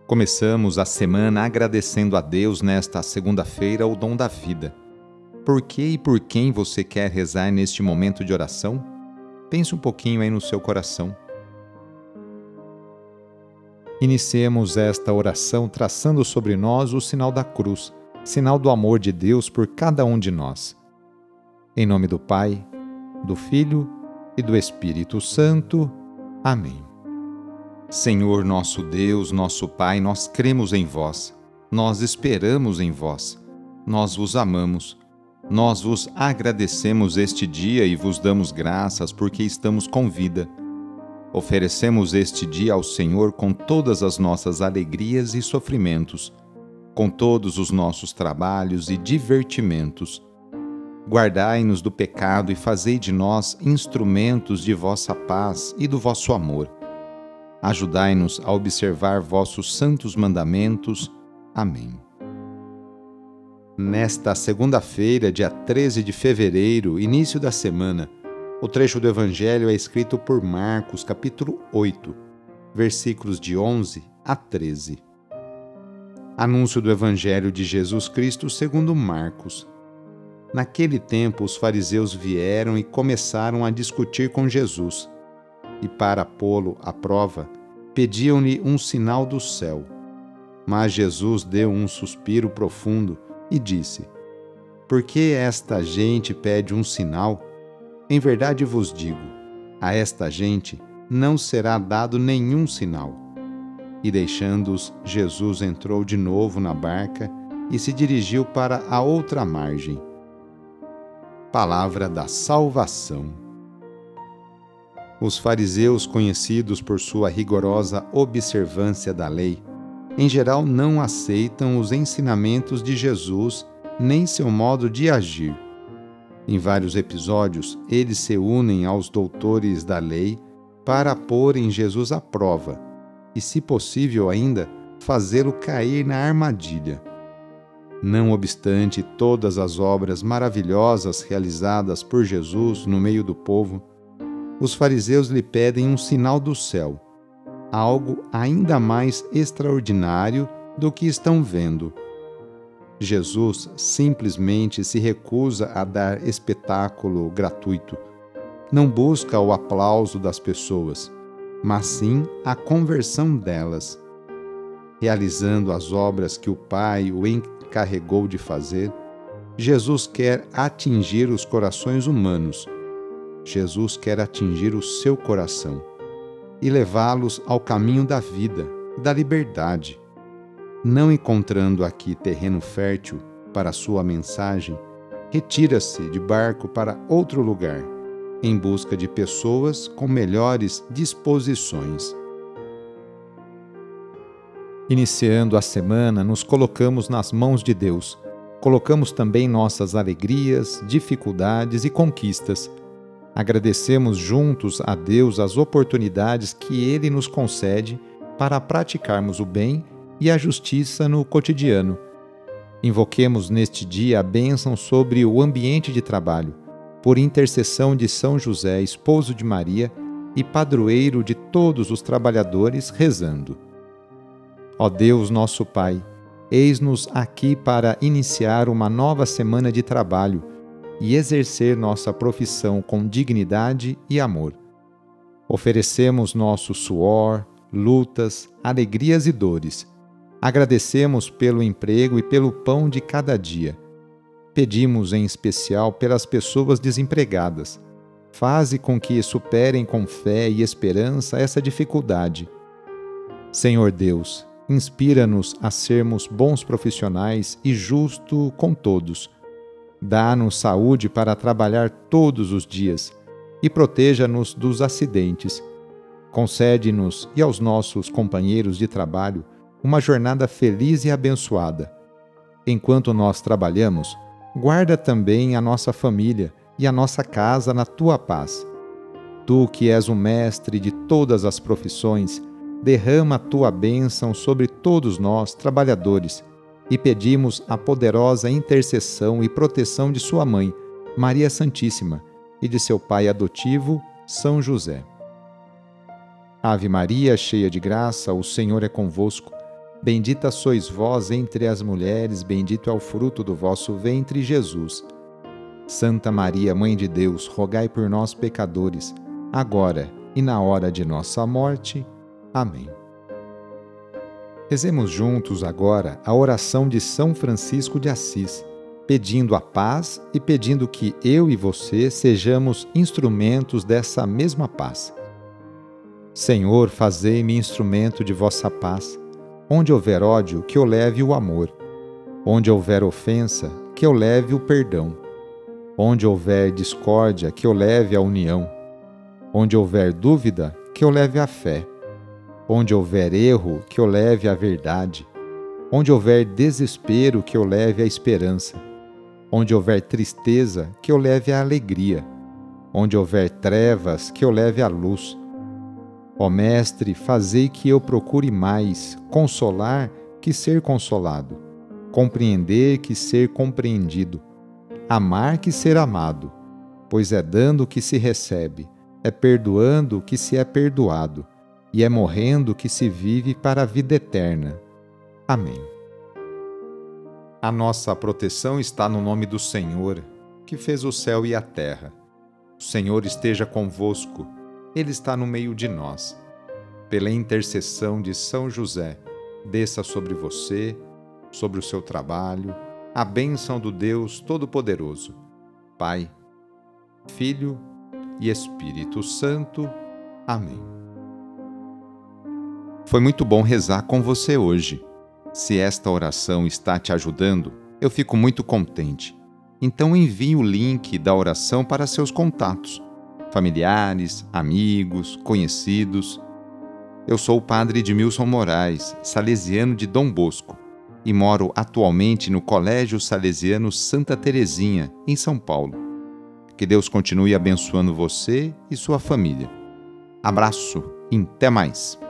Começamos a semana agradecendo a Deus nesta segunda-feira o dom da vida. Por que e por quem você quer rezar neste momento de oração? Pense um pouquinho aí no seu coração. Iniciemos esta oração traçando sobre nós o sinal da cruz, sinal do amor de Deus por cada um de nós. Em nome do Pai, do Filho e do Espírito Santo. Amém. Senhor nosso Deus, nosso Pai, nós cremos em vós, nós esperamos em vós, nós vos amamos, nós vos agradecemos este dia e vos damos graças porque estamos com vida. Oferecemos este dia ao Senhor com todas as nossas alegrias e sofrimentos, com todos os nossos trabalhos e divertimentos. Guardai-nos do pecado e fazei de nós instrumentos de vossa paz e do vosso amor. Ajudai-nos a observar vossos santos mandamentos. Amém. Nesta segunda-feira, dia 13 de fevereiro, início da semana, o trecho do Evangelho é escrito por Marcos, capítulo 8, versículos de 11 a 13. Anúncio do Evangelho de Jesus Cristo segundo Marcos. Naquele tempo, os fariseus vieram e começaram a discutir com Jesus. E para pô-lo à prova, pediam-lhe um sinal do céu. Mas Jesus deu um suspiro profundo e disse: Por que esta gente pede um sinal? Em verdade vos digo, a esta gente não será dado nenhum sinal. E deixando-os, Jesus entrou de novo na barca e se dirigiu para a outra margem. Palavra da salvação. Os fariseus, conhecidos por sua rigorosa observância da lei, em geral não aceitam os ensinamentos de Jesus nem seu modo de agir. Em vários episódios, eles se unem aos doutores da lei para porem Jesus à prova e, se possível ainda, fazê-lo cair na armadilha. Não obstante todas as obras maravilhosas realizadas por Jesus no meio do povo, os fariseus lhe pedem um sinal do céu, algo ainda mais extraordinário do que estão vendo. Jesus simplesmente se recusa a dar espetáculo gratuito. Não busca o aplauso das pessoas, mas sim a conversão delas. Realizando as obras que o Pai o encarregou de fazer, Jesus quer atingir os corações humanos. Jesus quer atingir o seu coração e levá-los ao caminho da vida e da liberdade. Não encontrando aqui terreno fértil para sua mensagem, retira-se de barco para outro lugar, em busca de pessoas com melhores disposições. Iniciando a semana, nos colocamos nas mãos de Deus. Colocamos também nossas alegrias, dificuldades e conquistas. Agradecemos juntos a Deus as oportunidades que Ele nos concede para praticarmos o bem e a justiça no cotidiano. Invoquemos neste dia a bênção sobre o ambiente de trabalho, por intercessão de São José, esposo de Maria e padroeiro de todos os trabalhadores, rezando. Ó Deus, nosso Pai, eis-nos aqui para iniciar uma nova semana de trabalho e exercer nossa profissão com dignidade e amor. Oferecemos nosso suor, lutas, alegrias e dores. Agradecemos pelo emprego e pelo pão de cada dia. Pedimos em especial pelas pessoas desempregadas. Faze com que superem com fé e esperança essa dificuldade. Senhor Deus, inspira-nos a sermos bons profissionais e justos com todos. Dá-nos saúde para trabalhar todos os dias e proteja-nos dos acidentes. Concede-nos e aos nossos companheiros de trabalho uma jornada feliz e abençoada. Enquanto nós trabalhamos, guarda também a nossa família e a nossa casa na tua paz. Tu, que és o mestre de todas as profissões, derrama a tua bênção sobre todos nós, trabalhadores, e pedimos a poderosa intercessão e proteção de sua mãe, Maria Santíssima, e de seu pai adotivo, São José. Ave Maria, cheia de graça, o Senhor é convosco. Bendita sois vós entre as mulheres, bendito é o fruto do vosso ventre, Jesus. Santa Maria, Mãe de Deus, rogai por nós, pecadores, agora e na hora de nossa morte. Amém. Rezemos juntos agora a oração de São Francisco de Assis, pedindo a paz e pedindo que eu e você sejamos instrumentos dessa mesma paz. Senhor, fazei-me instrumento de vossa paz. Onde houver ódio, que eu leve o amor. Onde houver ofensa, que eu leve o perdão. Onde houver discórdia, que eu leve a união. Onde houver dúvida, que eu leve a fé. Onde houver erro, que eu leve a verdade. Onde houver desespero, que eu leve a esperança. Onde houver tristeza, que eu leve a alegria. Onde houver trevas, que eu leve a luz. Ó Mestre, fazei que eu procure mais consolar que ser consolado, compreender que ser compreendido, amar que ser amado, pois é dando que se recebe, é perdoando que se é perdoado, e é morrendo que se vive para a vida eterna. Amém. A nossa proteção está no nome do Senhor, que fez o céu e a terra. O Senhor esteja convosco, Ele está no meio de nós. Pela intercessão de São José, desça sobre você, sobre o seu trabalho, a bênção do Deus Todo-Poderoso, Pai, Filho e Espírito Santo. Amém. Foi muito bom rezar com você hoje. Se esta oração está te ajudando, eu fico muito contente. Então envie o link da oração para seus contatos, familiares, amigos, conhecidos. Eu sou o padre Edmilson Moraes, salesiano de Dom Bosco, e moro atualmente no Colégio Salesiano Santa Terezinha, em São Paulo. Que Deus continue abençoando você e sua família. Abraço e até mais!